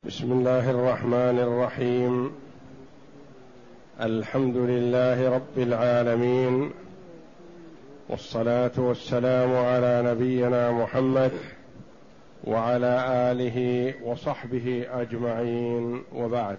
بسم الله الرحمن الرحيم. الحمد لله رب العالمين، والصلاة والسلام على نبينا محمد وعلى آله وصحبه أجمعين، وبعد.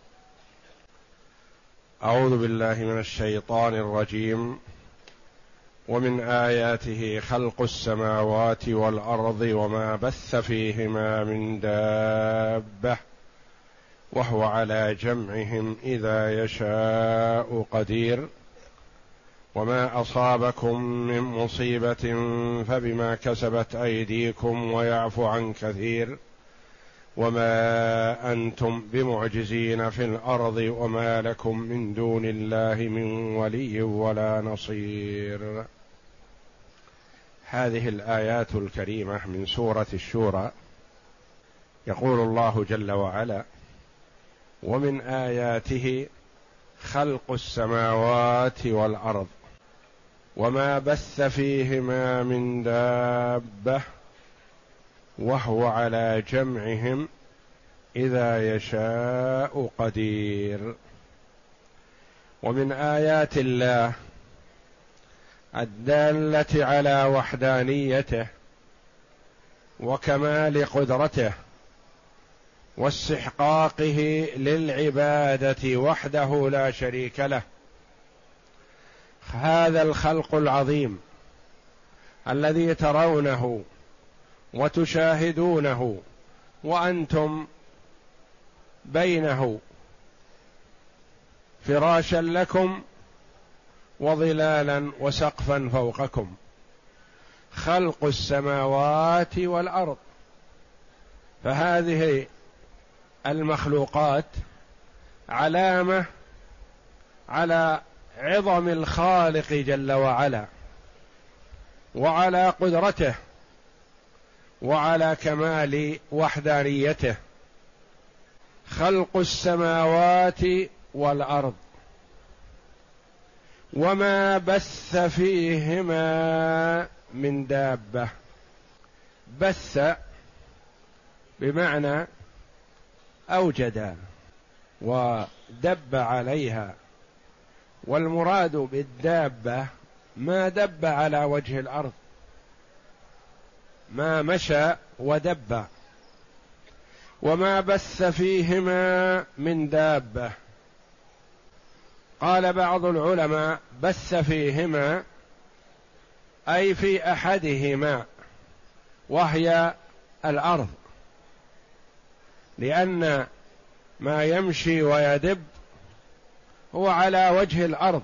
أعوذ بالله من الشيطان الرجيم. ومن آياته خلق السماوات والأرض وما بث فيهما من دابة وهو على جمعهم إذا يشاء قدير. وما أصابكم من مصيبة فبما كسبت أيديكم ويعفو عن كثير، وما أنتم بمعجزين في الأرض وما لكم من دون الله من ولي ولا نصير. هذه الآيات الكريمة من سورة الشورى. يقول الله جل وعلا: ومن آياته خلق السماوات والأرض وما بث فيهما من دابة وهو على جمعهم إذا يشاء قدير. ومن آيات الله الدالة على وحدانيته وكمال قدرته واستحقاقه للعبادة وحده لا شريك له، هذا الخلق العظيم الذي ترونه وتشاهدونه وأنتم بينه فراشا لكم وظلالا وسقفا فوقكم، خلق السماوات والأرض. فهذه المخلوقات علامة على عظم الخالق جل وعلا وعلى قدرته وعلى كمال وحدانيته. خلق السماوات والأرض وما بث فيهما من دابة. بث بمعنى أوجد ودب عليها، والمراد بالدابة ما دب على وجه الأرض، ما مشى ودب. وما بث فيهما من دابة، قال بعض العلماء: بث فيهما أي في أحدهما وهي الأرض، لأن ما يمشي ويدب هو على وجه الأرض.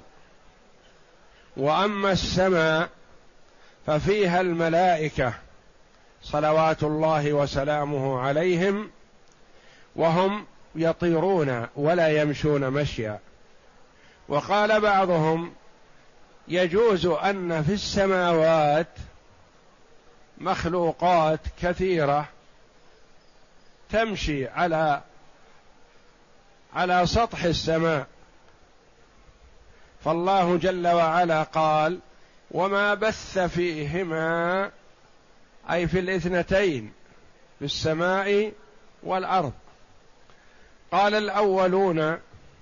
وأما السماء ففيها الملائكة صلوات الله وسلامه عليهم، وهم يطيرون ولا يمشون مشيا. وقال بعضهم: يجوز أن في السماوات مخلوقات كثيرة تمشي على سطح السماء، فالله جل وعلا قال: وما بث فيهما، أي في الاثنتين، في السماء والأرض. قال الأولون: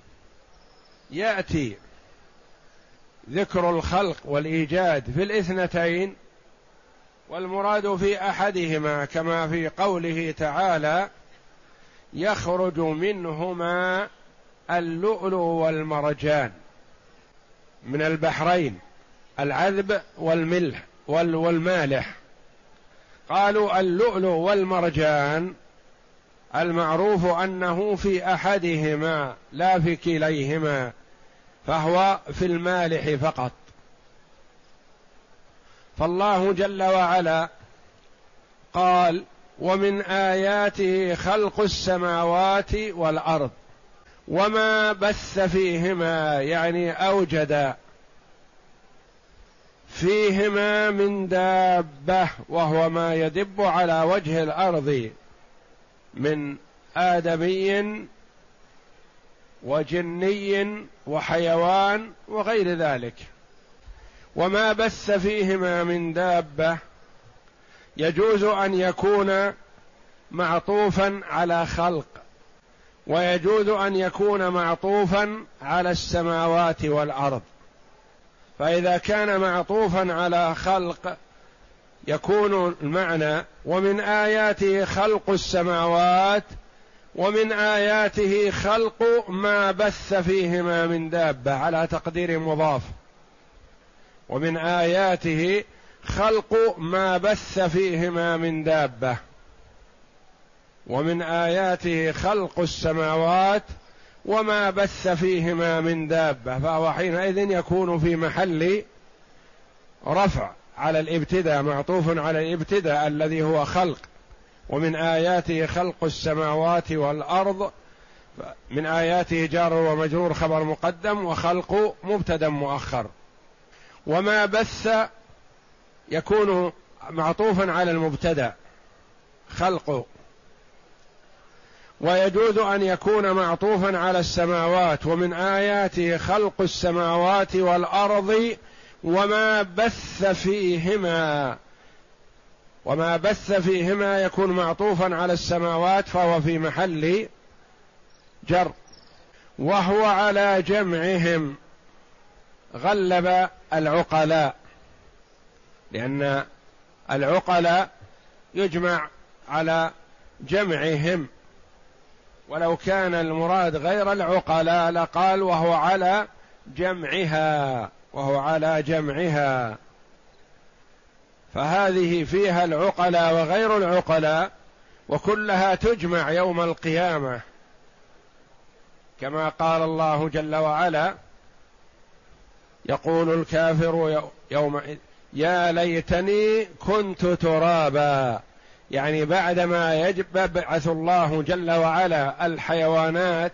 يأتي ذكر الخلق والإيجاد في الاثنتين، والمراد في أحدهما، كما في قوله تعالى: يخرج منهما اللؤلؤ والمرجان من البحرين، العذب والملح والمالح. قالوا اللؤلؤ والمرجان المعروف أنه في أحدهما لا في كليهما، فهو في المالح فقط. فالله جل وعلا قال: ومن آياته خلق السماوات والأرض وما بث فيهما، يعني أوجد فيهما من دابة، وهو ما يدب على وجه الأرض من آدمي وجني وحيوان وغير ذلك. وما بث فيهما من دابة يجوز أن يكون معطوفا على خلق ويجوز أن يكون معطوفا على السماوات والأرض. فإذا كان معطوفا على خلق يكون المعنى ومن آياته خلق السماوات، ومن آياته خلق ما بث فيهما من دابة على تقدير مضاف، ومن آياته خلق ما بث فيهما من دابة، ومن آياته خلق السماوات وما بث فيهما من دابة، فهو حينئذ يكون في محل رفع على الابتداء، معطوف على الابتداء الذي هو خلق. ومن آياته خلق السماوات والأرض، من آياته جار ومجرور خبر مقدم، وخلق مبتدا مؤخر. وما بث يكون معطوفا على المبتدا خلق. ويجوز أن يكون معطوفا على السماوات، ومن آياته خلق السماوات والأرض وما بث فيهما. وما بث فيهما يكون معطوفا على السماوات فهو في محل جر. وهو على جمعهم، غلب العقلاء، لأن العقلاء يجمع على جمعهم، ولو كان المراد غير العقلاء لقال وهو على جمعها، وهو على جمعها. فهذه فيها العقلاء وغير العقلاء، وكلها تجمع يوم القيامة، كما قال الله جل وعلا: يقول الكافر يومئذ يا ليتني كنت ترابا. يعني بعدما يبعث الله جل وعلا الحيوانات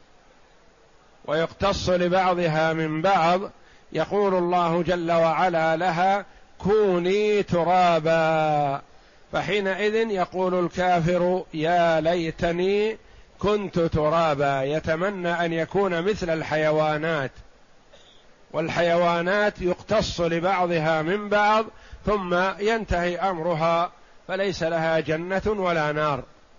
ويقتص لبعضها من بعض، يقول الله جل وعلا لها: كوني ترابا. فحينئذ يقول الكافر: يا ليتني كنت ترابا، يتمنى أن يكون مثل الحيوانات، والحيوانات يقتص لبعضها من بعض ثم ينتهي أمرها فليس لها جنة ولا نار.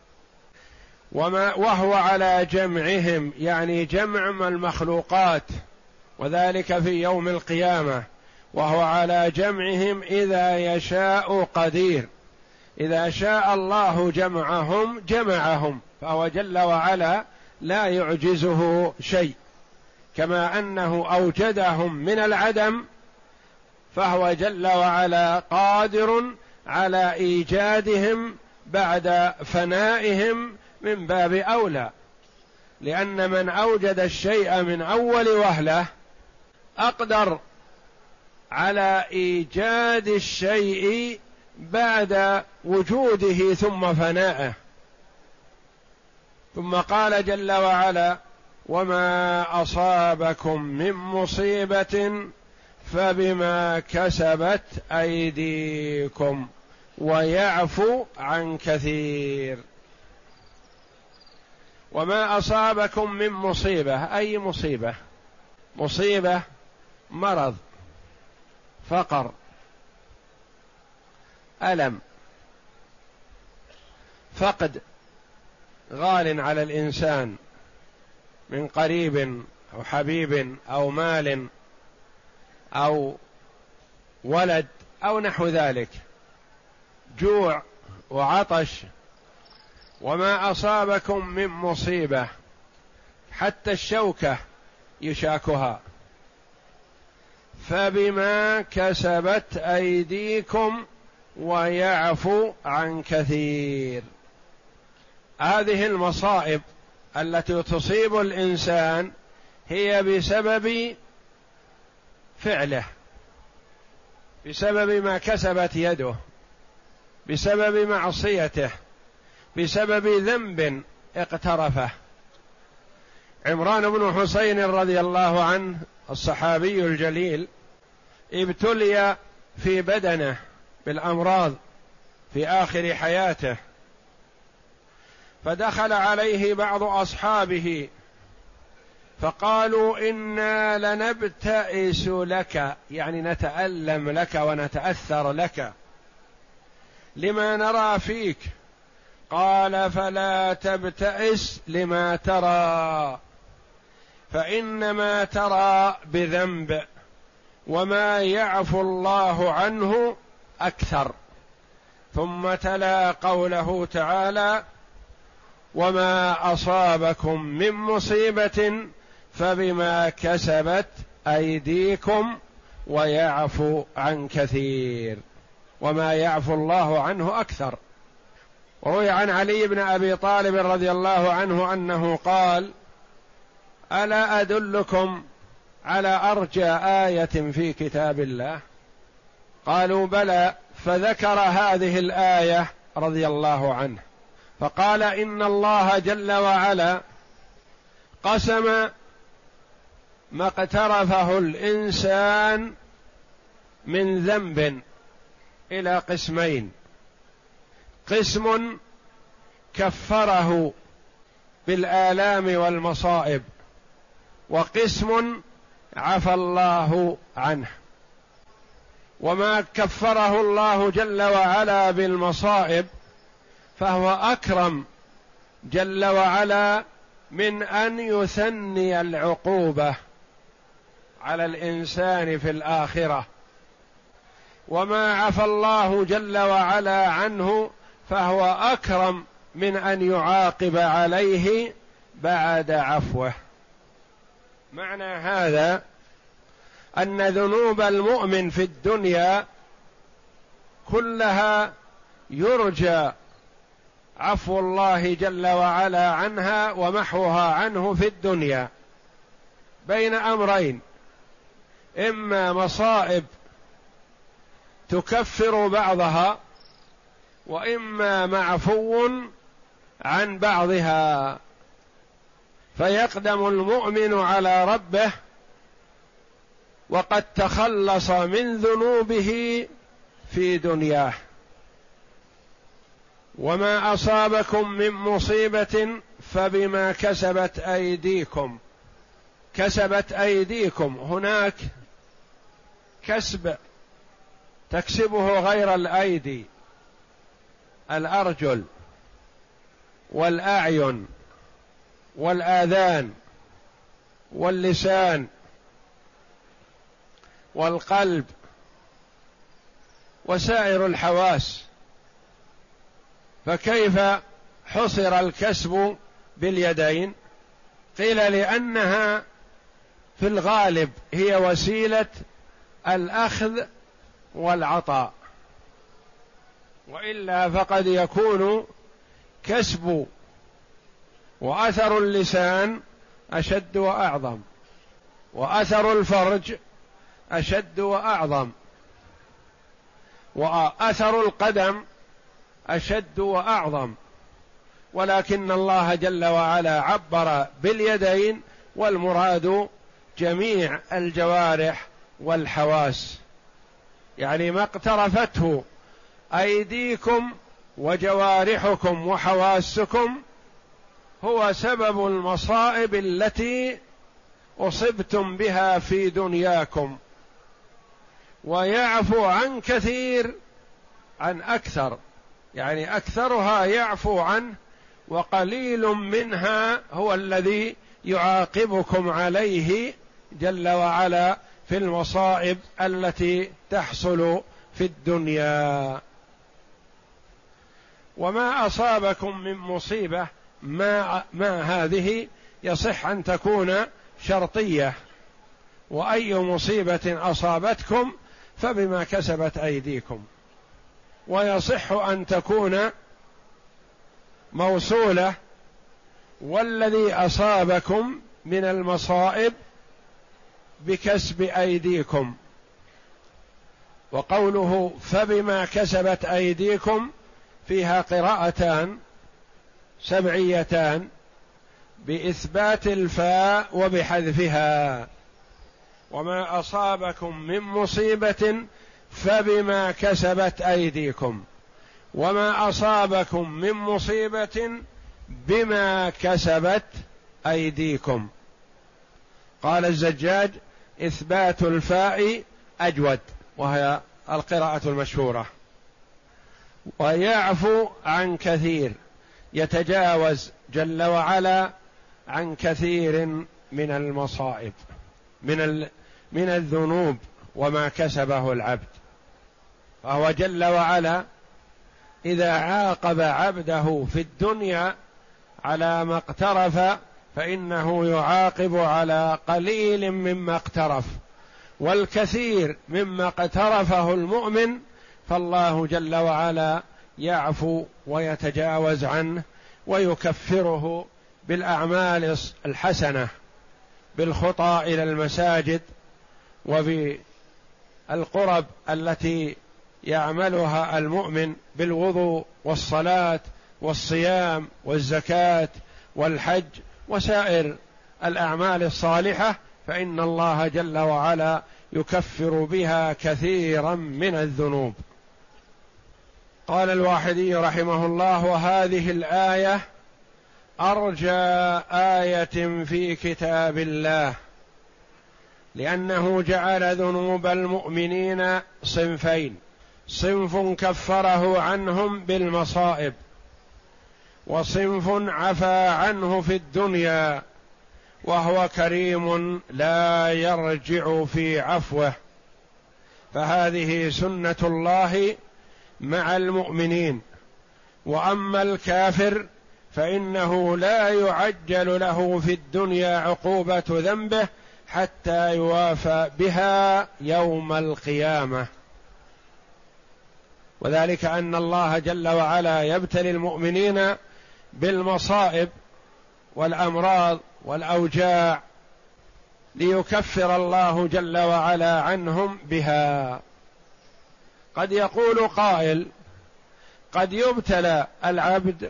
وهو على جمعهم، يعني جمع المخلوقات، وذلك في يوم القيامة. وهو على جمعهم إذا يشاء قدير، إذا شاء الله جمعهم جمعهم، فهو جل وعلا لا يعجزه شيء. كما أنه أوجدهم من العدم، فهو جل وعلا قادر على إيجادهم بعد فنائهم من باب أولى، لأن من أوجد الشيء من أول وهلة أقدر على إيجاد الشيء بعد وجوده ثم فنائه. ثم قال جل وعلا: وما أصابكم من مصيبة فبما كسبت أيديكم ويعفو عن كثير. وما أصابكم من مصيبة، أي مصيبة؟ مصيبة مرض، فقر، ألم، فقد غال على الإنسان من قريب أو حبيب أو مال أو ولد أو نحو ذلك، جوع وعطش. وما أصابكم من مصيبة، حتى الشوكة يشاكها، فبما كسبت أيديكم ويعفو عن كثير. هذه المصائب التي تصيب الإنسان هي بسبب فعله، بسبب ما كسبت يده، بسبب معصيته، بسبب ذنب اقترفه. عمران بن حسين رضي الله عنه الصحابي الجليل ابتلي في بدنه بالأمراض في آخر حياته، فدخل عليه بعض أصحابه فقالوا: إنا لنبتئس لك، يعني نتألم لك ونتأثر لك، لما نرى فيك قال فلا تبتئس لما ترى فإنما ترى بذنب وما يعفو الله عنه أكثر. ثم تلا قوله تعالى وما أصابكم من مصيبة فبما كسبت أيديكم ويعفو عن كثير، وما يعفو الله عنه أكثر. وروي عن علي بن أبي طالب رضي الله عنه أنه قال ألا أدلكم على أرجى آية في كتاب الله؟ قالوا بلى، فذكر هذه الآية رضي الله عنه فقال إن الله جل وعلا قسم ما اقترفه الإنسان من ذنب إلى قسمين: قسم كفره بالآلام والمصائب، وقسم عفى الله عنه. وما كفره الله جل وعلا بالمصائب فهو أكرم جل وعلا من أن يثني العقوبة على الإنسان في الآخرة. وما عفى الله جل وعلا عنه فهو أكرم من أن يعاقب عليه بعد عفوه. معنى هذا أن ذنوب المؤمن في الدنيا كلها يرجى عفو الله جل وعلا عنها ومحوها عنه في الدنيا بين أمرين: إما مصائب تكفر بعضها، وإما معفو عن بعضها، فيقدم المؤمن على ربه وقد تخلص من ذنوبه في دنياه. وما أصابكم من مصيبة فبما كسبت أيديكم. كسبت أيديكم، هناك كسب تكسبه غير الأيدي: الأرجل والأعين والآذان واللسان والقلب وسائر الحواس. فكيف حصر الكسب باليدين؟ قيل لأنها في الغالب هي وسيلة الأخذ والعطاء، وإلا فقد يكون كسب وأثر اللسان أشد وأعظم، وأثر الفرج أشد وأعظم، وأثر القدم أشد وأعظم، ولكن الله جل وعلا عبر باليدين، والمراد جميع الجوارح والحواس، يعني ما اقترفته أيديكم وجوارحكم وحواسكم هو سبب المصائب التي أصبتم بها في دنياكم، ويعفو عن كثير عن أكثر، يعني أكثرها يعفو عنه، وقليل منها هو الذي يعاقبكم عليه جل وعلا في المصائب التي تحصل في الدنيا. وما أصابكم من مصيبة، ما هذه يصح أن تكون شرطية، وأي مصيبة أصابتكم فبما كسبت أيديكم، ويصح أن تكون موصولة: والذي أصابكم من المصائب بكسب أيديكم. وقوله فبما كسبت أيديكم فيها قراءتان سبعيتان بإثبات الفاء وبحذفها: وما أصابكم من مصيبة فبما كسبت أيديكم، وما أصابكم من مصيبة بما كسبت أيديكم. قال الزجاج: إثبات الفاء أجود، وهي القراءة المشهورة. ويعفو عن كثير، يتجاوز جل وعلا عن كثير من المصائب، من الذنوب وما كسبه العبد. فهو جل وعلا إذا عاقب عبده في الدنيا على ما اقترف فإنه يعاقب على قليل مما اقترف، والكثير مما اقترفه المؤمن فالله جل وعلا يعفو ويتجاوز عنه ويكفره بالأعمال الحسنة، بالخطى إلى المساجد وبالقرب التي يعملها المؤمن بالوضوء والصلاة والصيام والزكاة والحج وسائر الأعمال الصالحة، فإن الله جل وعلا يكفر بها كثيرا من الذنوب. قال الواحدي رحمه الله: وهذه الآية أرجى آية في كتاب الله، لأنه جعل ذنوب المؤمنين صنفين: صنف كفره عنهم بالمصائب، وصنف عفى عنه في الدنيا وهو كريم لا يرجع في عفوه. فهذه سنة الله مع المؤمنين. وأما الكافر فإنه لا يعجل له في الدنيا عقوبة ذنبه حتى يوافى بها يوم القيامة. وذلك أن الله جل وعلا يبتلي المؤمنين بالمصائب والأمراض والأوجاع ليكفر الله جل وعلا عنهم بها. قد يقول قائل: قد يبتلى العبد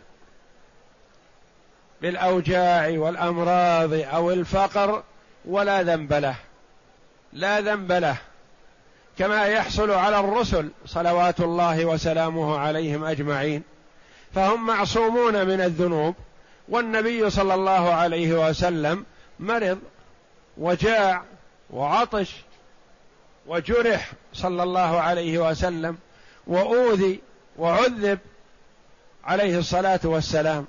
بالأوجاع والأمراض أو الفقر ولا ذنب له، لا ذنب له، كما يحصل على الرسل صلوات الله وسلامه عليهم أجمعين، فهم معصومون من الذنوب. والنبي صلى الله عليه وسلم مرض وجاع وعطش وجرح صلى الله عليه وسلم وأوذي وعذب عليه الصلاة والسلام،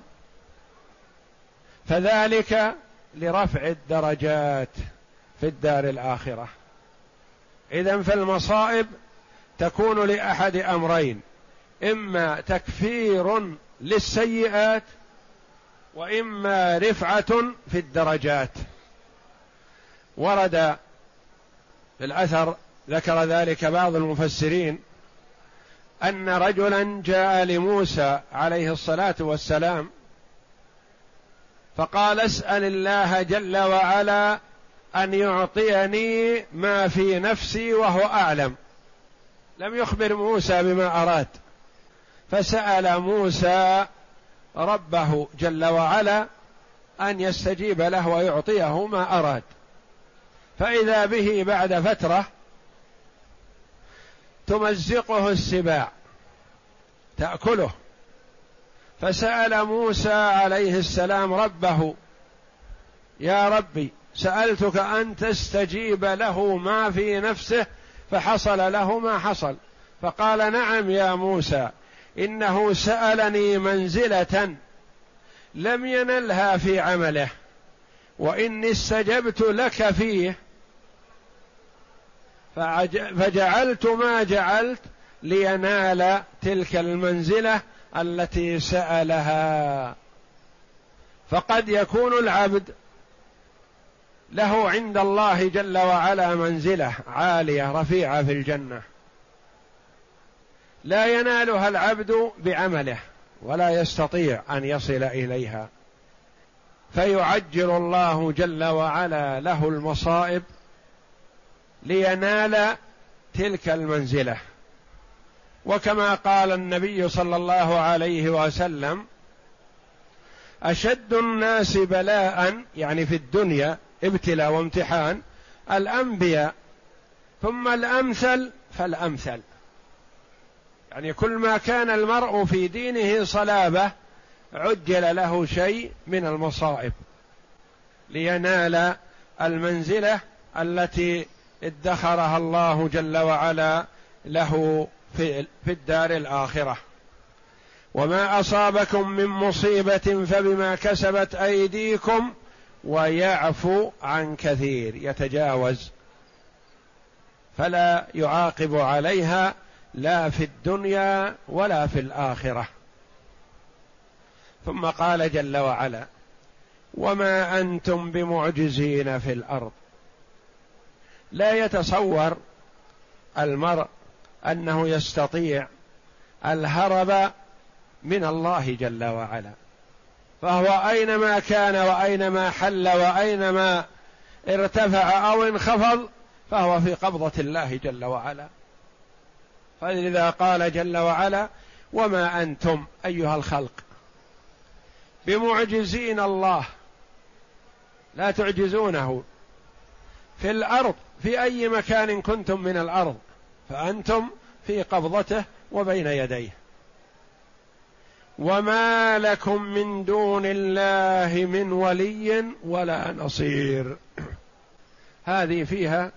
فذلك لرفع الدرجات في الدار الآخرة. إذن فالمصائب تكون لأحد أمرين: إما تكفير للسيئات، وإما رفعة في الدرجات. ورد في الأثر، ذكر ذلك بعض المفسرين، أن رجلا جاء لموسى عليه الصلاة والسلام فقال: اسأل الله جل وعلا أن يعطيني ما في نفسي وهو أعلم. لم يخبر موسى بما أراد، فسأل موسى ربه جل وعلا أن يستجيب له ويعطيه ما أراد، فإذا به بعد فترة تمزقه السباع تأكله. فسأل موسى عليه السلام ربه: يا ربي، سألتك أن تستجيب له ما في نفسه فحصل له ما حصل. فقال: نعم يا موسى، إنه سألني منزلة لم ينلها في عمله، وإني استجبت لك فيه فجعلت ما جعلت لينال تلك المنزلة التي سألها. فقد يكون العبد له عند الله جل وعلا منزلة عالية رفيعة في الجنة لا ينالها العبد بعمله ولا يستطيع أن يصل إليها، فيعجل الله جل وعلا له المصائب لينال تلك المنزلة. وكما قال النبي صلى الله عليه وسلم: أشد الناس بلاء، يعني في الدنيا ابتلاء وامتحان، الأنبياء، ثم الأمثل فالأمثل. يعني كل ما كان المرء في دينه صلابة عجل له شيء من المصائب لينال المنزلة التي ادخرها الله جل وعلا له في الدار الآخرة. وما أصابكم من مصيبة فبما كسبت أيديكم ويعفو عن كثير، يتجاوز فلا يعاقب عليها لا في الدنيا ولا في الآخرة. ثم قال جل وعلا: وما أنتم بمعجزين في الأرض. لا يتصور المرء أنه يستطيع الهرب من الله جل وعلا، فهو أينما كان وأينما حل وأينما ارتفع أو انخفض فهو في قبضة الله جل وعلا. فلذا قال جل وعلا: وما أنتم أيها الخلق بمعجزين الله، لا تعجزونه في الأرض في أي مكان كنتم من الأرض، فأنتم في قبضته وبين يديه. وما لكم من دون الله من ولي ولا نصير. هذه فيها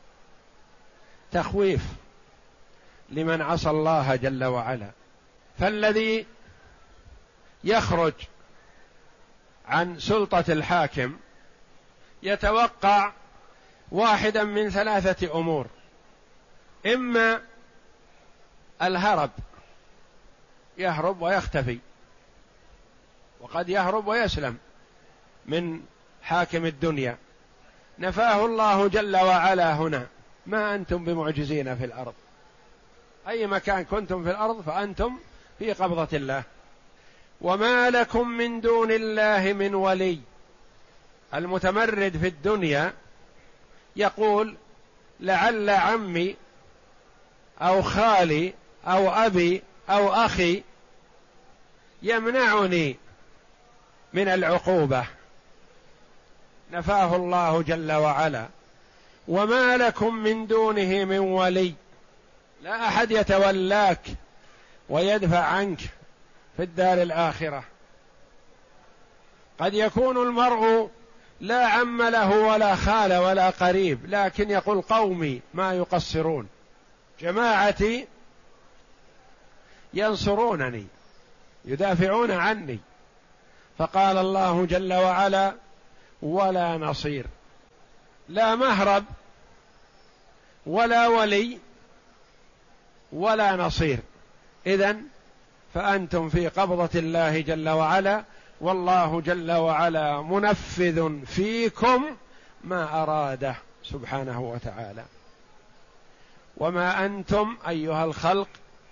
تخويف لمن عصى الله جل وعلا، فالذي يخرج عن سلطة الحاكم يتوقع واحدا من ثلاثة أمور: إما الهرب، يهرب ويختفي، وقد يهرب ويسلم من حاكم الدنيا، نفاه الله جل وعلا هنا: ما أنتم بمعجزين في الأرض، أي مكان كنتم في الأرض فأنتم في قبضة الله. وما لكم من دون الله من ولي. المتمرد في الدنيا يقول: لعل عمي أو خالي أو أبي أو أخي يمنعني من العقوبة، نفاه الله جل وعلا: وما لكم من دونه من ولي. لا أحد يتولاك ويدفع عنك في الدار الآخرة. قد يكون المرء لا عم له ولا خال ولا قريب، لكن يقول: قومي ما يقصرون، جماعتي ينصرونني يدافعون عني. فقال الله جل وعلا: ولا نصير، لا مهرب ولا ولي ولا نصير. إذن فأنتم في قبضة الله جل وعلا، والله جل وعلا منفذ فيكم ما أراده سبحانه وتعالى. وما أنتم أيها الخلق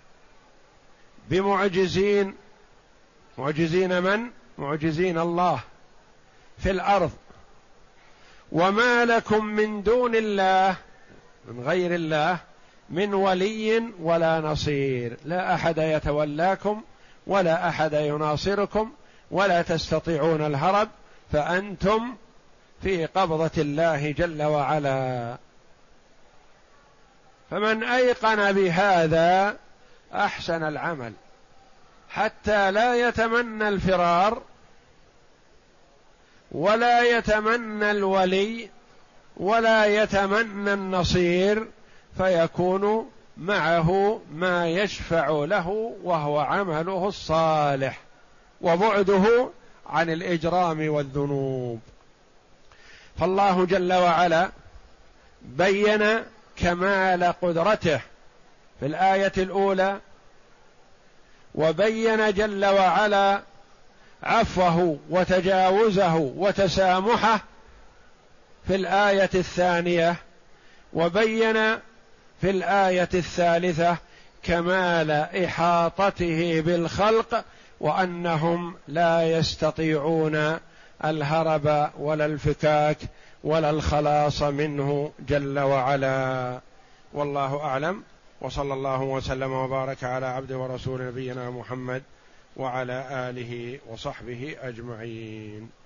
بمعجزين. معجزين من؟ معجزين الله في الأرض. وما لكم من دون الله، من غير الله، من ولي ولا نصير. لا أحد يتولاكم ولا أحد يناصركم ولا تستطيعون الهرب، فأنتم في قبضة الله جل وعلا. فمن أيقن بهذا أحسن العمل حتى لا يتمنى الفرار ولا يتمنى الولي ولا يتمنى النصير، فيكون معه ما يشفع له وهو عمله الصالح وبعده عن الإجرام والذنوب. فالله جل وعلا بين كمال قدرته في الآية الأولى، وبين جل وعلا عفوه وتجاوزه وتسامحه في الآية الثانية، وبين في الآية الثالثة كمال إحاطته بالخلق وأنهم لا يستطيعون الهرب ولا الفكاك ولا الخلاص منه جل وعلا. والله أعلم، وصلى الله وسلم وبارك على عبد ورسول نبينا محمد وعلى آله وصحبه أجمعين.